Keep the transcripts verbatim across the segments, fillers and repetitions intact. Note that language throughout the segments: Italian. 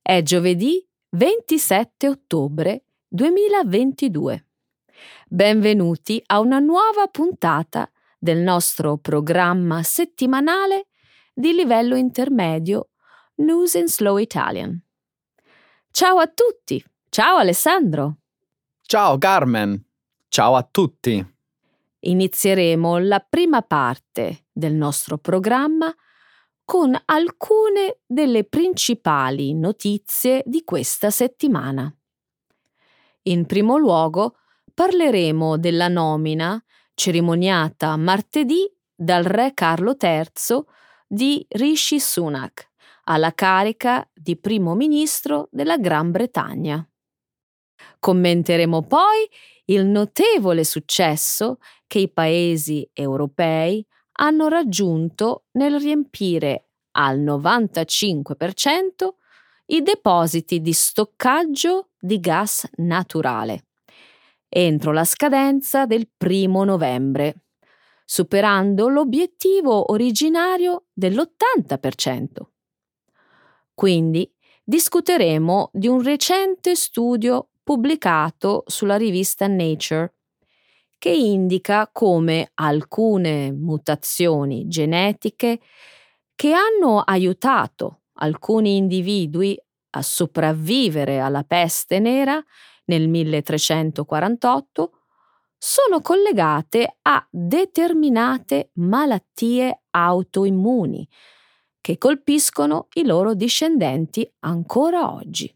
È giovedì ventisette ottobre duemilaventidue. Benvenuti a una nuova puntata del nostro programma settimanale di livello intermedio News in Slow Italian. Ciao a tutti! Ciao Alessandro! Ciao Carmen! Ciao a tutti! Inizieremo la prima parte del nostro programma con alcune delle principali notizie di questa settimana. In primo luogo parleremo della nomina cerimoniata martedì dal re Carlo terzo di Rishi Sunak alla carica di primo ministro della Gran Bretagna. Commenteremo poi il notevole successo che i paesi europei hanno raggiunto nel riempire al novantacinque per cento i depositi di stoccaggio di gas naturale entro la scadenza del primo novembre, superando l'obiettivo originario dell'ottanta per cento. Quindi discuteremo di un recente studio pubblicato sulla rivista Nature che indica come alcune mutazioni genetiche che hanno aiutato alcuni individui a sopravvivere alla peste nera nel milletrecentoquarantotto sono collegate a determinate malattie autoimmuni che colpiscono i loro discendenti ancora oggi.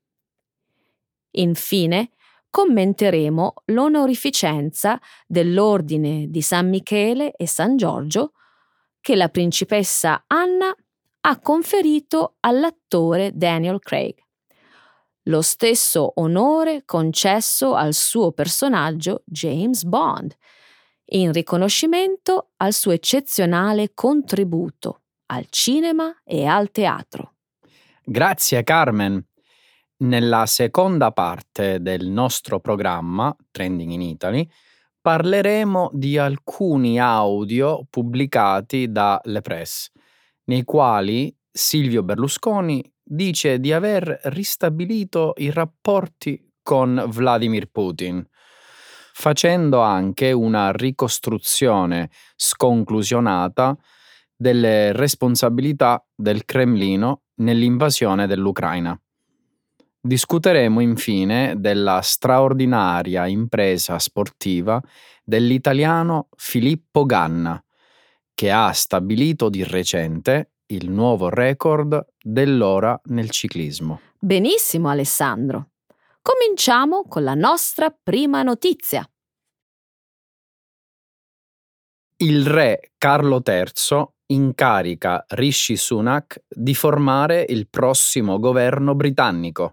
Infine, commenteremo l'onorificenza dell'Ordine di San Michele e San Giorgio che la principessa Anna ha conferito all'attore Daniel Craig, lo stesso onore concesso al suo personaggio James Bond, in riconoscimento al suo eccezionale contributo al cinema e al teatro. Grazie Carmen. Nella seconda parte del nostro programma, Trending in Italy, parleremo di alcuni audio pubblicati da Le Presse, nei quali Silvio Berlusconi dice di aver ristabilito i rapporti con Vladimir Putin, facendo anche una ricostruzione sconclusionata delle responsabilità del Cremlino nell'invasione dell'Ucraina. Discuteremo infine della straordinaria impresa sportiva dell'italiano Filippo Ganna, che ha stabilito di recente il nuovo record dell'ora nel ciclismo. Benissimo Alessandro. Cominciamo con la nostra prima notizia. Il re Carlo terzo incarica Rishi Sunak di formare il prossimo governo britannico.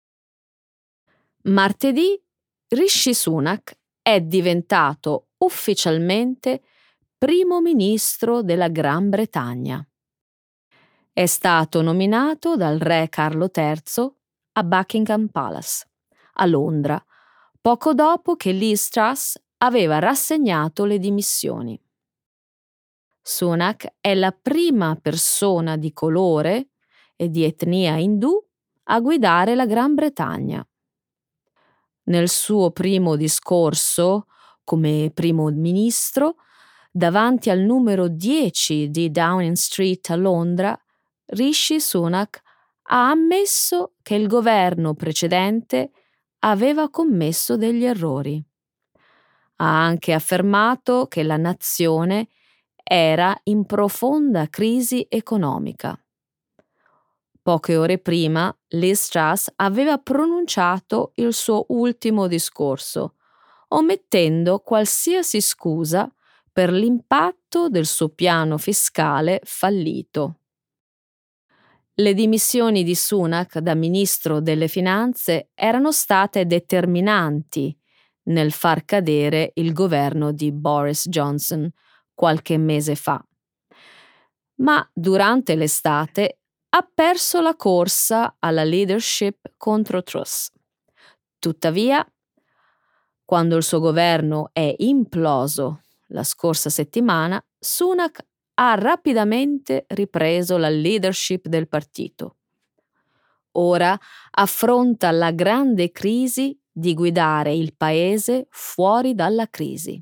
Martedì Rishi Sunak è diventato ufficialmente primo ministro della Gran Bretagna. È stato nominato dal re Carlo terzo a Buckingham Palace, a Londra, poco dopo che Liz Truss aveva rassegnato le dimissioni. Sunak è la prima persona di colore e di etnia indù a guidare la Gran Bretagna. Nel suo primo discorso come primo ministro, davanti al numero dieci di Downing Street a Londra, Rishi Sunak ha ammesso che il governo precedente aveva commesso degli errori. Ha anche affermato che la nazione era in profonda crisi economica. Poche ore prima, Liz Truss aveva pronunciato il suo ultimo discorso, omettendo qualsiasi scusa per l'impatto del suo piano fiscale fallito. Le dimissioni di Sunak da ministro delle finanze erano state determinanti nel far cadere il governo di Boris Johnson qualche mese fa. Ma durante l'estate ha perso la corsa alla leadership contro Truss. Tuttavia, quando il suo governo è imploso la scorsa settimana, Sunak ha rapidamente ripreso la leadership del partito. ora affronta la grande crisi di guidare il paese fuori dalla crisi.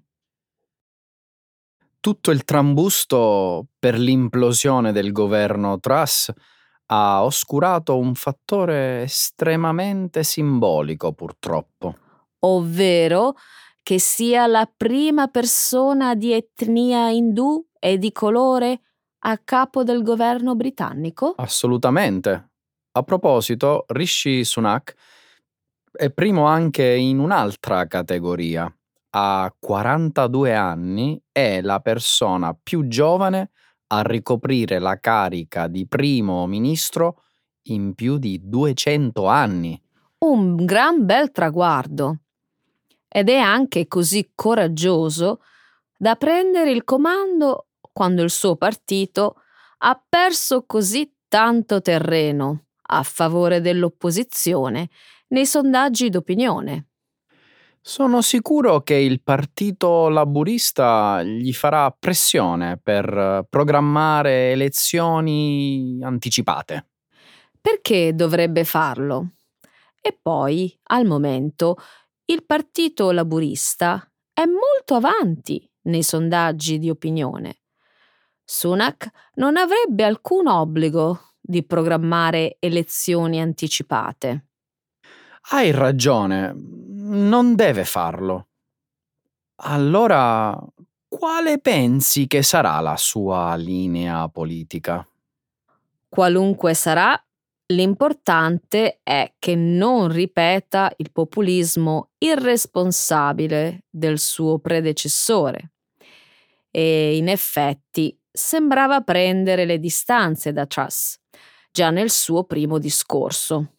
Tutto il trambusto per l'implosione del governo Truss ha oscurato un fattore estremamente simbolico, purtroppo. Ovvero che sia la prima persona di etnia indù e di colore a capo del governo britannico? Assolutamente. A proposito, Rishi Sunak è primo anche in un'altra categoria. A quarantadue anni è la persona più giovane a ricoprire la carica di primo ministro in più di duecento anni. Un gran bel traguardo. Ed è anche così coraggioso da prendere il comando quando il suo partito ha perso così tanto terreno a favore dell'opposizione nei sondaggi d'opinione. Sono sicuro che il Partito Laburista gli farà pressione per eh, programmare elezioni anticipate. Perché dovrebbe farlo? E poi, al momento, il Partito Laburista è molto avanti nei sondaggi di opinione. Sunak non avrebbe alcun obbligo di programmare elezioni anticipate. Hai ragione, non deve farlo. Allora, quale pensi che sarà la sua linea politica? Qualunque sarà, l'importante è che non ripeta il populismo irresponsabile del suo predecessore. E in effetti sembrava prendere le distanze da Truss, già nel suo primo discorso.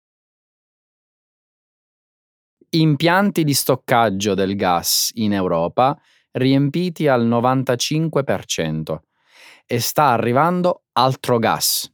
Impianti di stoccaggio del gas in Europa riempiti al novantacinque per cento e sta arrivando altro gas.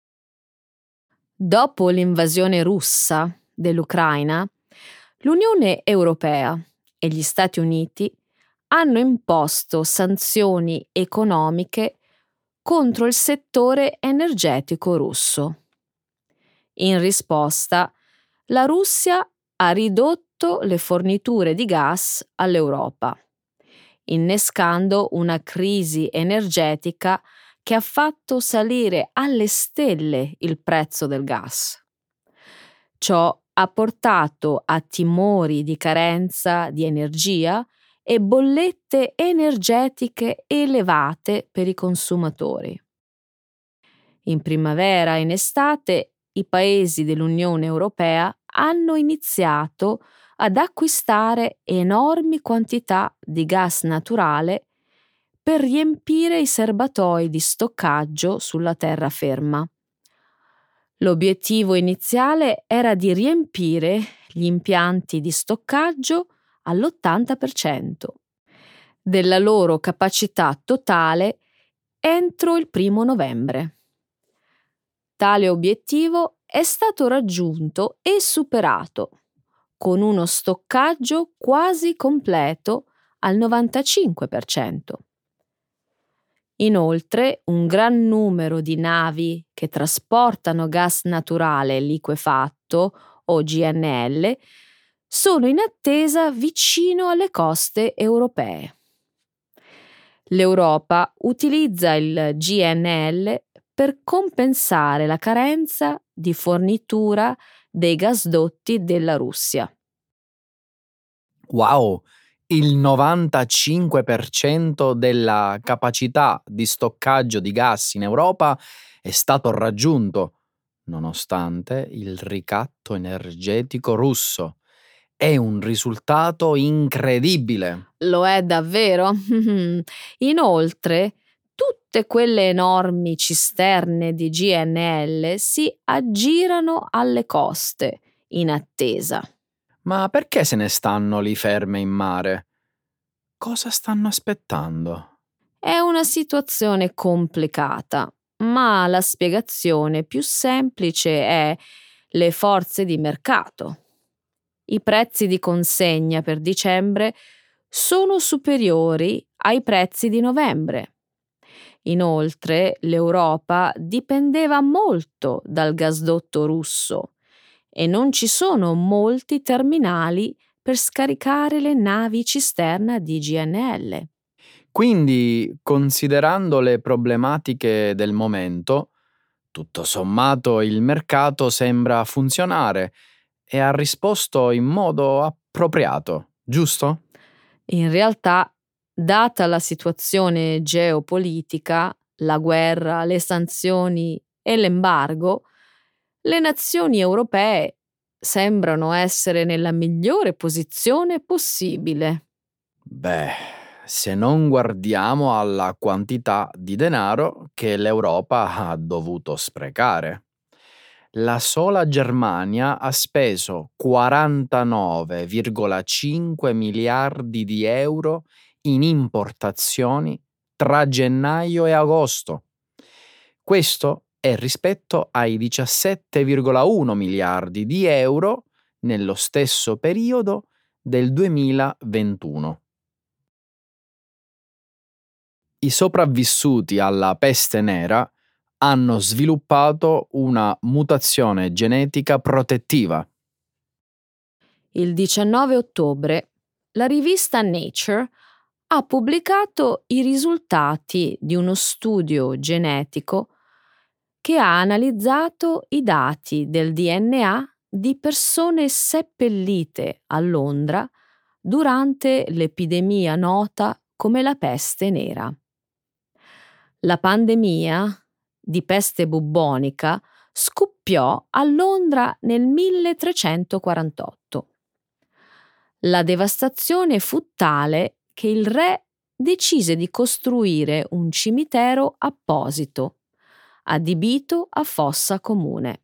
Dopo l'invasione russa dell'Ucraina, l'Unione Europea e gli Stati Uniti hanno imposto sanzioni economiche contro il settore energetico russo. In risposta, la Russia ha ridotto le forniture di gas all'Europa, innescando una crisi energetica che ha fatto salire alle stelle il prezzo del gas. Ciò ha portato a timori di carenza di energia e bollette energetiche elevate per i consumatori. In primavera e in estate i paesi dell'Unione Europea hanno iniziato ad acquistare enormi quantità di gas naturale per riempire i serbatoi di stoccaggio sulla terraferma. L'obiettivo iniziale era di riempire gli impianti di stoccaggio all'ottanta per cento della loro capacità totale entro il primo novembre. Tale obiettivo è stato raggiunto e superato, con uno stoccaggio quasi completo al novantacinque per cento. Inoltre, un gran numero di navi che trasportano gas naturale liquefatto o G N L sono in attesa vicino alle coste europee. L'Europa utilizza il G N L per compensare la carenza di fornitura dei gasdotti della Russia. Wow! Il novantacinque per cento della capacità di stoccaggio di gas in Europa è stato raggiunto, nonostante il ricatto energetico russo. È un risultato incredibile. Lo è davvero? Inoltre, tutte quelle enormi cisterne di G N L si aggirano alle coste in attesa. Ma perché se ne stanno lì ferme in mare? Cosa stanno aspettando? È una situazione complicata, ma la spiegazione più semplice è le forze di mercato. I prezzi di consegna per dicembre sono superiori ai prezzi di novembre. Inoltre, l'Europa dipendeva molto dal gasdotto russo e non ci sono molti terminali per scaricare le navi cisterna di G N L. Quindi, considerando le problematiche del momento, tutto sommato il mercato sembra funzionare e ha risposto in modo appropriato, giusto? In realtà, data la situazione geopolitica, la guerra, le sanzioni e l'embargo, le nazioni europee sembrano essere nella migliore posizione possibile. Beh, se non guardiamo alla quantità di denaro che l'Europa ha dovuto sprecare. La sola Germania ha speso quarantanove virgola cinque miliardi di euro in importazioni tra gennaio e agosto. Questo è rispetto ai diciassette virgola uno miliardi di euro nello stesso periodo del duemilaventuno. I sopravvissuti alla peste nera hanno sviluppato una mutazione genetica protettiva. Il diciannove ottobre la rivista Nature ha pubblicato i risultati di uno studio genetico che ha analizzato i dati del D N A di persone seppellite a Londra durante l'epidemia nota come la peste nera. La pandemia di peste bubbonica scoppiò a Londra nel milletrecentoquarantotto. La devastazione fu tale che il re decise di costruire un cimitero apposito, adibito a fossa comune.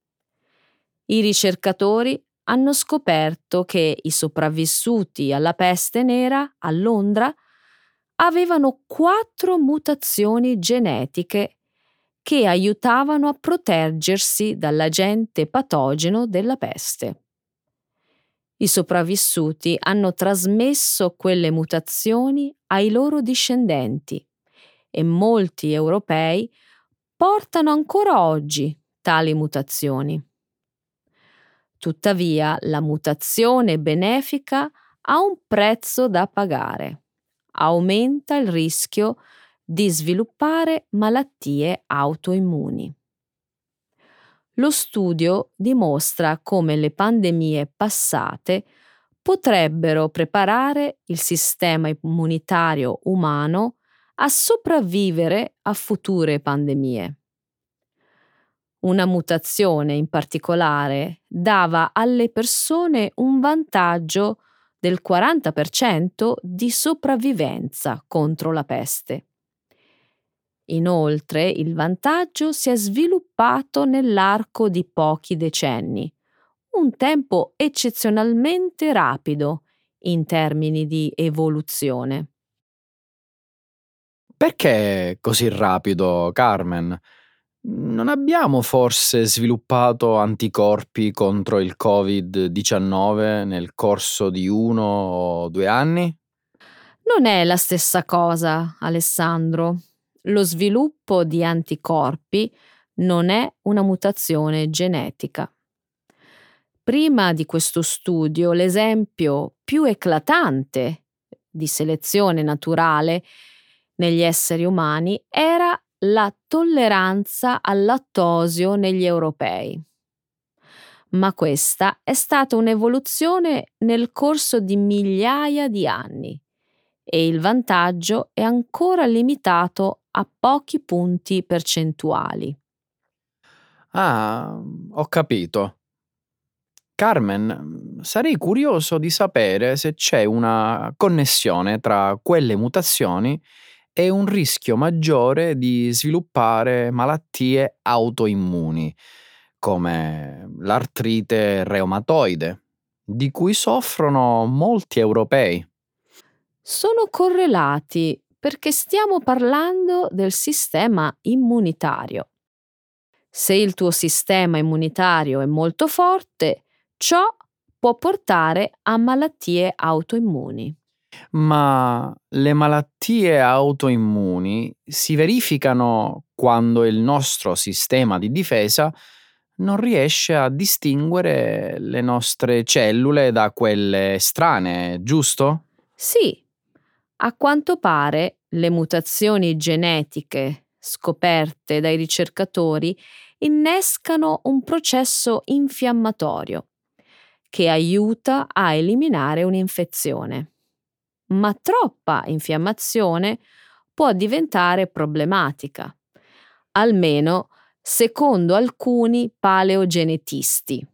I ricercatori hanno scoperto che i sopravvissuti alla peste nera a Londra avevano quattro mutazioni genetiche che aiutavano a proteggersi dall'agente patogeno della peste. I sopravvissuti hanno trasmesso quelle mutazioni ai loro discendenti e molti europei portano ancora oggi tali mutazioni. Tuttavia, la mutazione benefica ha un prezzo da pagare. Aumenta il rischio di sviluppare malattie autoimmuni. Lo studio dimostra come le pandemie passate potrebbero preparare il sistema immunitario umano a sopravvivere a future pandemie. Una mutazione in particolare dava alle persone un vantaggio del quaranta per cento di sopravvivenza contro la peste. Inoltre, il vantaggio si è sviluppato nell'arco di pochi decenni, un tempo eccezionalmente rapido in termini di evoluzione. Perché così rapido, Carmen? Non abbiamo forse sviluppato anticorpi contro il covid diciannove nel corso di uno o due anni? Non è la stessa cosa, Alessandro. Lo sviluppo di anticorpi non è una mutazione genetica. Prima di questo studio, l'esempio più eclatante di selezione naturale negli esseri umani era la tolleranza al lattosio negli europei. Ma questa è stata un'evoluzione nel corso di migliaia di anni e il vantaggio è ancora limitato a pochi punti percentuali. Ah, ho capito. Carmen, sarei curioso di sapere se c'è una connessione tra quelle mutazioni e un rischio maggiore di sviluppare malattie autoimmuni, come l'artrite reumatoide, di cui soffrono molti europei. Sono correlati perché stiamo parlando del sistema immunitario. Se il tuo sistema immunitario è molto forte, ciò può portare a malattie autoimmuni. Ma le malattie autoimmuni si verificano quando il nostro sistema di difesa non riesce a distinguere le nostre cellule da quelle estranee, giusto? Sì, a quanto pare le mutazioni genetiche scoperte dai ricercatori innescano un processo infiammatorio che aiuta a eliminare un'infezione. Ma troppa infiammazione può diventare problematica, almeno secondo alcuni paleogenetisti.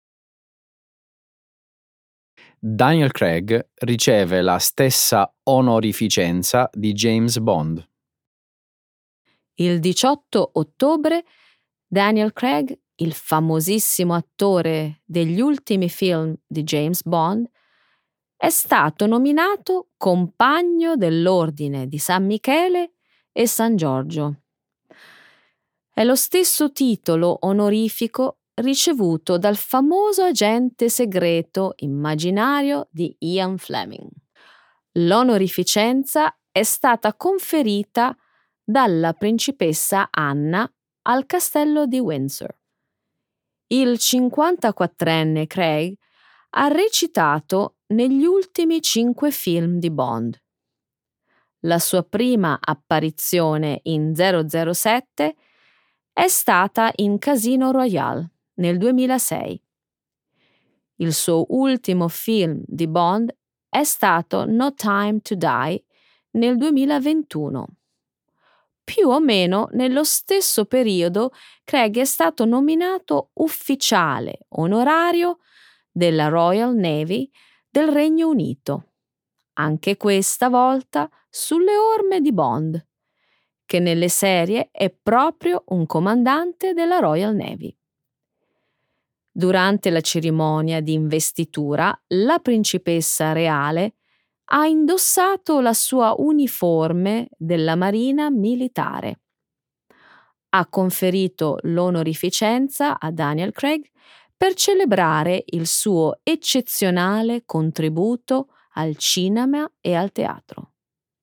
Daniel Craig riceve la stessa onorificenza di James Bond. Il diciotto ottobre Daniel Craig, il famosissimo attore degli ultimi film di James Bond, è stato nominato compagno dell'Ordine di San Michele e San Giorgio. È lo stesso titolo onorifico ricevuto dal famoso agente segreto immaginario di Ian Fleming. L'onorificenza è stata conferita dalla principessa Anna al castello di Windsor. Il cinquantaquattrenne Craig ha recitato negli ultimi cinque film di Bond. La sua prima apparizione in zero zero sette è stata in Casino Royale nel duemilasei. Il suo ultimo film di Bond è stato No Time to Die nel duemilaventuno. Più o meno nello stesso periodo Craig è stato nominato ufficiale onorario della Royal Navy del Regno Unito, anche questa volta sulle orme di Bond, che nelle serie è proprio un comandante della Royal Navy. Durante la cerimonia di investitura, la principessa reale ha indossato la sua uniforme della Marina militare. Ha conferito l'onorificenza a Daniel Craig per celebrare il suo eccezionale contributo al cinema e al teatro.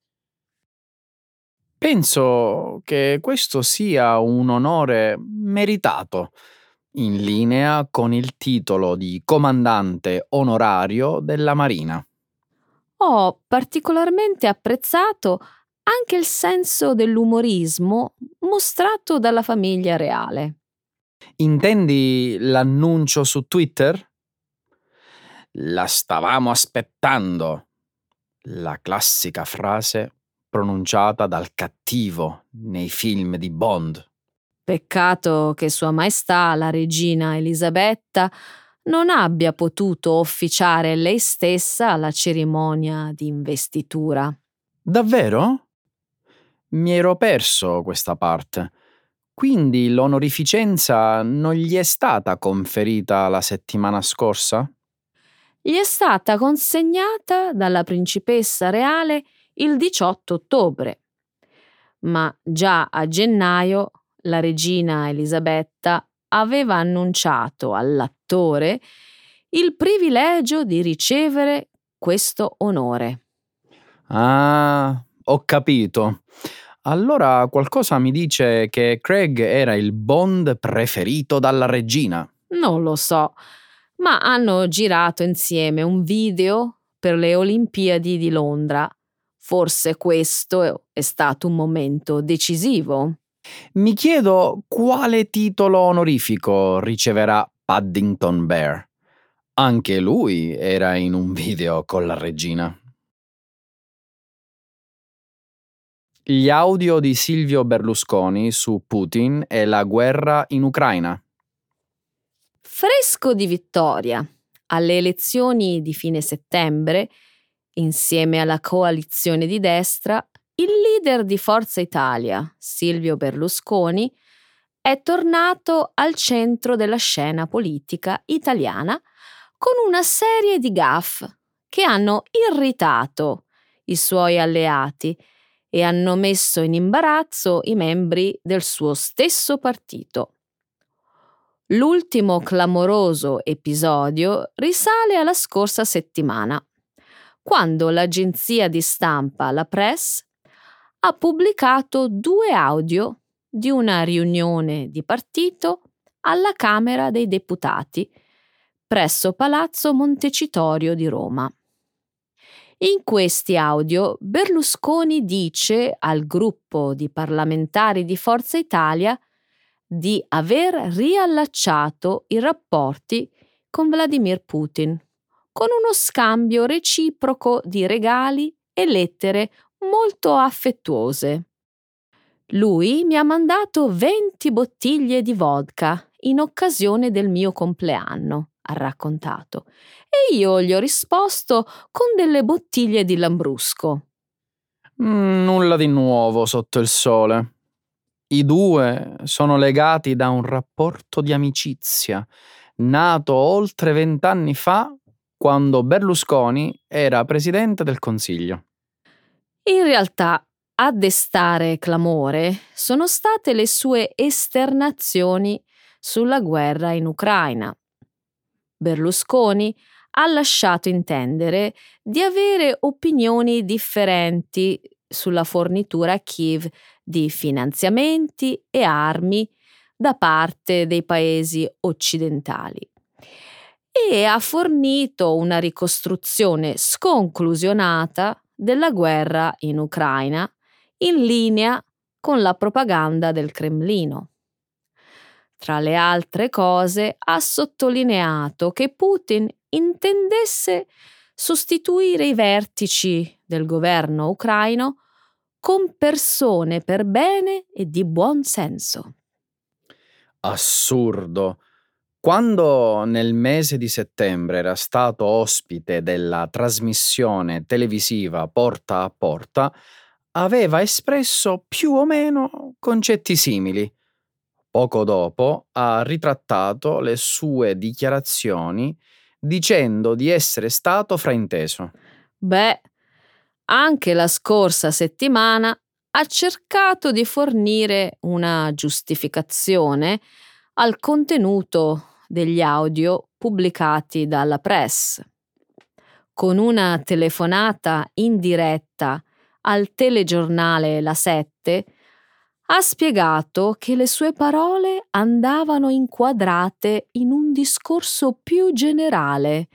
Penso che questo sia un onore meritato, in linea con il titolo di comandante onorario della Marina. Ho particolarmente apprezzato anche il senso dell'umorismo mostrato dalla famiglia reale. Intendi l'annuncio su Twitter? La stavamo aspettando. La classica frase pronunciata dal cattivo nei film di Bond. Peccato che Sua Maestà, la regina Elisabetta, non abbia potuto officiare lei stessa la cerimonia di investitura. Davvero? Mi ero perso questa parte. Quindi l'onorificenza non gli è stata conferita la settimana scorsa? Gli è stata consegnata dalla principessa reale il diciotto ottobre, ma già a gennaio la regina Elisabetta aveva annunciato all'attore il privilegio di ricevere questo onore. Ah, ho capito. Allora qualcosa mi dice che Craig era il Bond preferito dalla regina. Non lo so, ma hanno girato insieme un video per le Olimpiadi di Londra. Forse questo è stato un momento decisivo. Mi chiedo quale titolo onorifico riceverà Paddington Bear. Anche lui era in un video con la regina. Gli audio di Silvio Berlusconi su Putin e la guerra in Ucraina. Fresco di vittoria alle elezioni di fine settembre, insieme alla coalizione di destra, il leader di Forza Italia, Silvio Berlusconi, è tornato al centro della scena politica italiana con una serie di gaffe che hanno irritato i suoi alleati e hanno messo in imbarazzo i membri del suo stesso partito. L'ultimo clamoroso episodio risale alla scorsa settimana, quando l'agenzia di stampa La Presse ha pubblicato due audio di una riunione di partito alla Camera dei Deputati presso Palazzo Montecitorio di Roma. In questi audio Berlusconi dice al gruppo di parlamentari di Forza Italia di aver riallacciato i rapporti con Vladimir Putin, con uno scambio reciproco di regali e lettere molto affettuose. Lui mi ha mandato venti bottiglie di vodka in occasione del mio compleanno, ha raccontato, e io gli ho risposto con delle bottiglie di Lambrusco. Mm, nulla di nuovo sotto il sole. I due sono legati da un rapporto di amicizia, nato oltre vent'anni fa, quando Berlusconi era presidente del Consiglio. In realtà, a destare clamore sono state le sue esternazioni sulla guerra in Ucraina. Berlusconi ha lasciato intendere di avere opinioni differenti sulla fornitura a Kiev di finanziamenti e armi da parte dei paesi occidentali e ha fornito una ricostruzione sconclusionata della guerra in Ucraina in linea con la propaganda del Cremlino. Tra le altre cose, ha sottolineato che Putin intendesse sostituire i vertici del governo ucraino con persone per bene e di buon senso. Assurdo. Quando nel mese di settembre era stato ospite della trasmissione televisiva Porta a Porta, aveva espresso più o meno concetti simili. Poco dopo ha ritrattato le sue dichiarazioni dicendo di essere stato frainteso. Beh, anche la scorsa settimana ha cercato di fornire una giustificazione al contenuto degli audio pubblicati dalla Presse. Con una telefonata in diretta al telegiornale La Sette, ha spiegato che le sue parole andavano inquadrate in un discorso più generale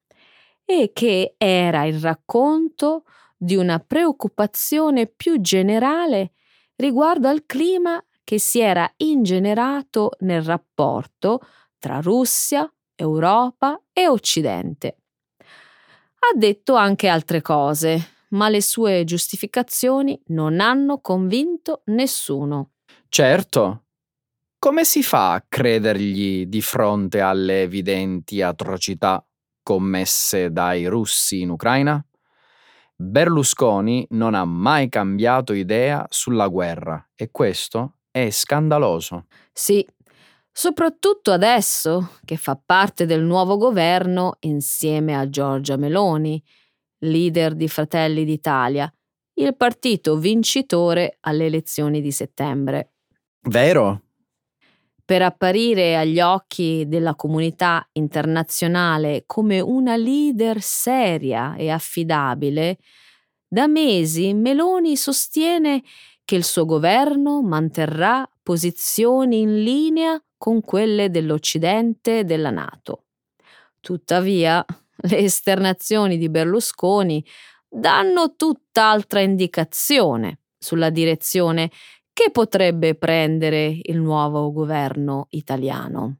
e che era il racconto di una preoccupazione più generale riguardo al clima che si era ingenerato nel rapporto tra Russia, Europa e Occidente. Ha detto anche altre cose, ma le sue giustificazioni non hanno convinto nessuno. Certo. Come si fa a credergli di fronte alle evidenti atrocità commesse dai russi in Ucraina? Berlusconi non ha mai cambiato idea sulla guerra e questo è scandaloso. Sì, soprattutto adesso che fa parte del nuovo governo insieme a Giorgia Meloni, leader di Fratelli d'Italia, il partito vincitore alle elezioni di settembre. Vero? Per apparire agli occhi della comunità internazionale come una leader seria e affidabile, da mesi Meloni sostiene che il suo governo manterrà posizioni in linea con quelle dell'Occidente e della NATO. Tuttavia, le esternazioni di Berlusconi danno tutt'altra indicazione sulla direzione che potrebbe prendere il nuovo governo italiano.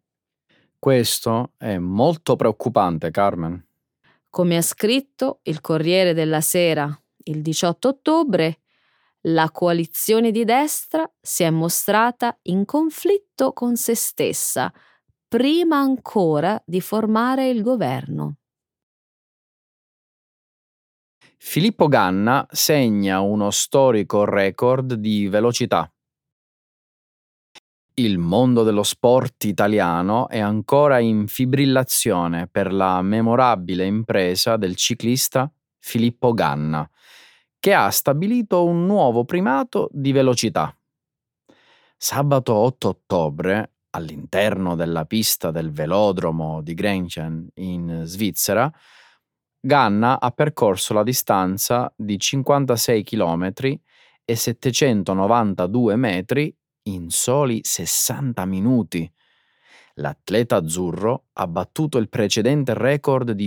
Questo è molto preoccupante, Carmen. Come ha scritto il Corriere della Sera il diciotto ottobre, la coalizione di destra si è mostrata in conflitto con se stessa prima ancora di formare il governo. Filippo Ganna segna uno storico record di velocità. Il mondo dello sport italiano è ancora in fibrillazione per la memorabile impresa del ciclista Filippo Ganna, che ha stabilito un nuovo primato di velocità. Sabato otto ottobre, all'interno della pista del velodromo di Grenchen in Svizzera, Ganna ha percorso la distanza di cinquantasei chilometri e settecentonovantadue metri in soli sessanta minuti. L'atleta azzurro ha battuto il precedente record di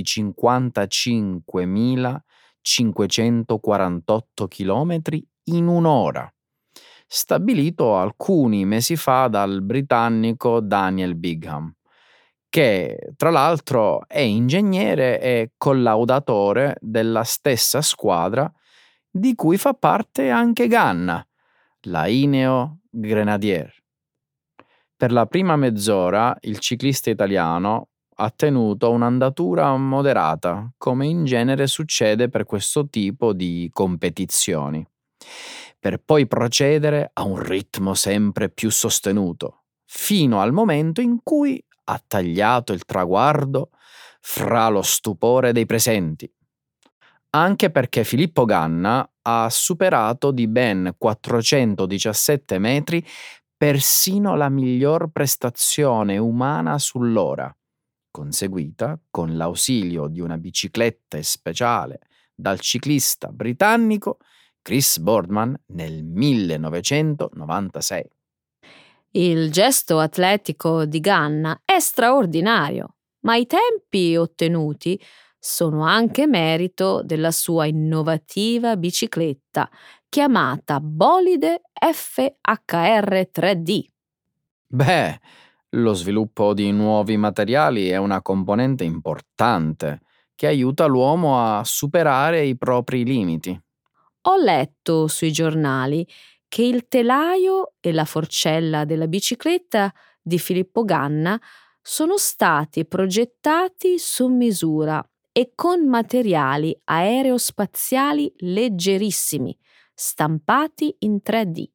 cinquantacinquemilacinquecentoquarantotto chilometri in un'ora, stabilito alcuni mesi fa dal britannico Daniel Bigham, che tra l'altro è ingegnere e collaudatore della stessa squadra di cui fa parte anche Ganna, la Ineos Grenadier. Per la prima mezz'ora il ciclista italiano ha tenuto un'andatura moderata, come in genere succede per questo tipo di competizioni, per poi procedere a un ritmo sempre più sostenuto, fino al momento in cui ha tagliato il traguardo fra lo stupore dei presenti. Anche perché Filippo Ganna ha superato di ben quattrocentodiciassette metri persino la miglior prestazione umana sull'ora, conseguita con l'ausilio di una bicicletta speciale dal ciclista britannico Chris Boardman nel millenovecentonovantasei. Il gesto atletico di Ganna è straordinario, ma i tempi ottenuti sono anche merito della sua innovativa bicicletta chiamata Bolide F H R tre D. Beh, lo sviluppo di nuovi materiali è una componente importante che aiuta l'uomo a superare i propri limiti. Ho letto sui giornali che il telaio e la forcella della bicicletta di Filippo Ganna sono stati progettati su misura e con materiali aerospaziali leggerissimi, stampati in tre D.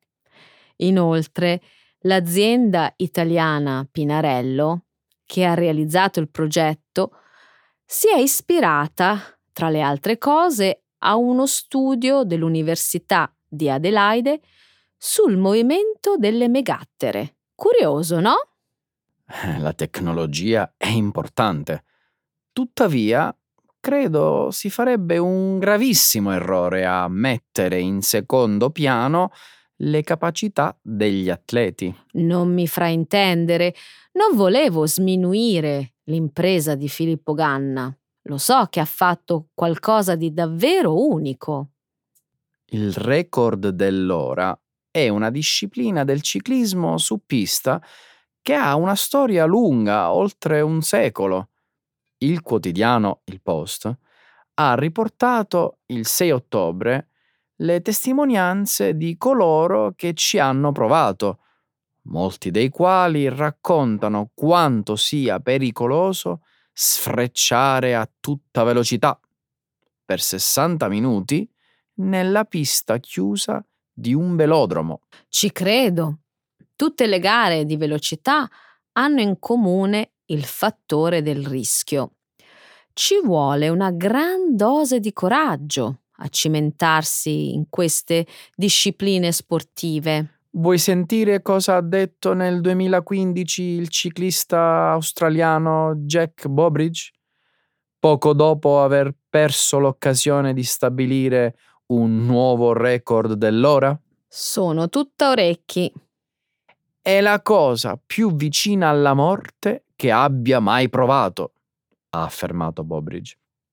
Inoltre, l'azienda italiana Pinarello, che ha realizzato il progetto, si è ispirata, tra le altre cose, a uno studio dell'Università di Adelaide sul movimento delle megattere. Curioso, no? La tecnologia è importante. Tuttavia, credo si farebbe un gravissimo errore a mettere in secondo piano le capacità degli atleti. Non mi fraintendere, non volevo sminuire l'impresa di Filippo Ganna. Lo so che ha fatto qualcosa di davvero unico. Il record dell'ora è una disciplina del ciclismo su pista che ha una storia lunga, oltre un secolo. Il quotidiano Il Post ha riportato il sei ottobre le testimonianze di coloro che ci hanno provato, molti dei quali raccontano quanto sia pericoloso sfrecciare a tutta velocità per sessanta minuti nella pista chiusa di un velodromo. Ci credo. Tutte le gare di velocità hanno in comune il fattore del rischio. Ci vuole una gran dose di coraggio a cimentarsi in queste discipline sportive. Vuoi sentire cosa ha detto nel duemilaquindici il ciclista australiano Jack Bobridge, poco dopo aver perso l'occasione di stabilire un nuovo record dell'ora? Sono tutta orecchi. È la cosa più vicina alla morte che abbia mai provato, ha affermato Bobridge.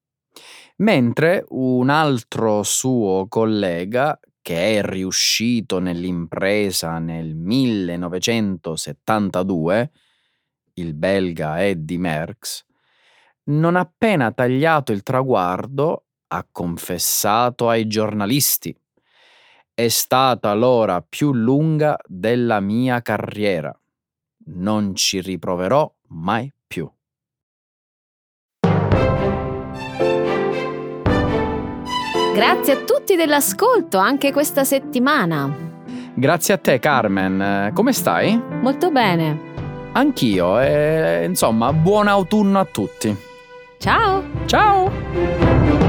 Mentre un altro suo collega, che è riuscito nell'impresa nel millenovecentosettantadue, il belga Eddy Merckx, non appena tagliato il traguardo, ha confessato ai giornalisti: «È stata l'ora più lunga della mia carriera. Non ci riproverò mai più». Grazie a tutti dell'ascolto anche questa settimana. Grazie a te, Carmen. Come stai? Molto bene. Anch'io, e insomma, buon autunno a tutti. Ciao! Ciao!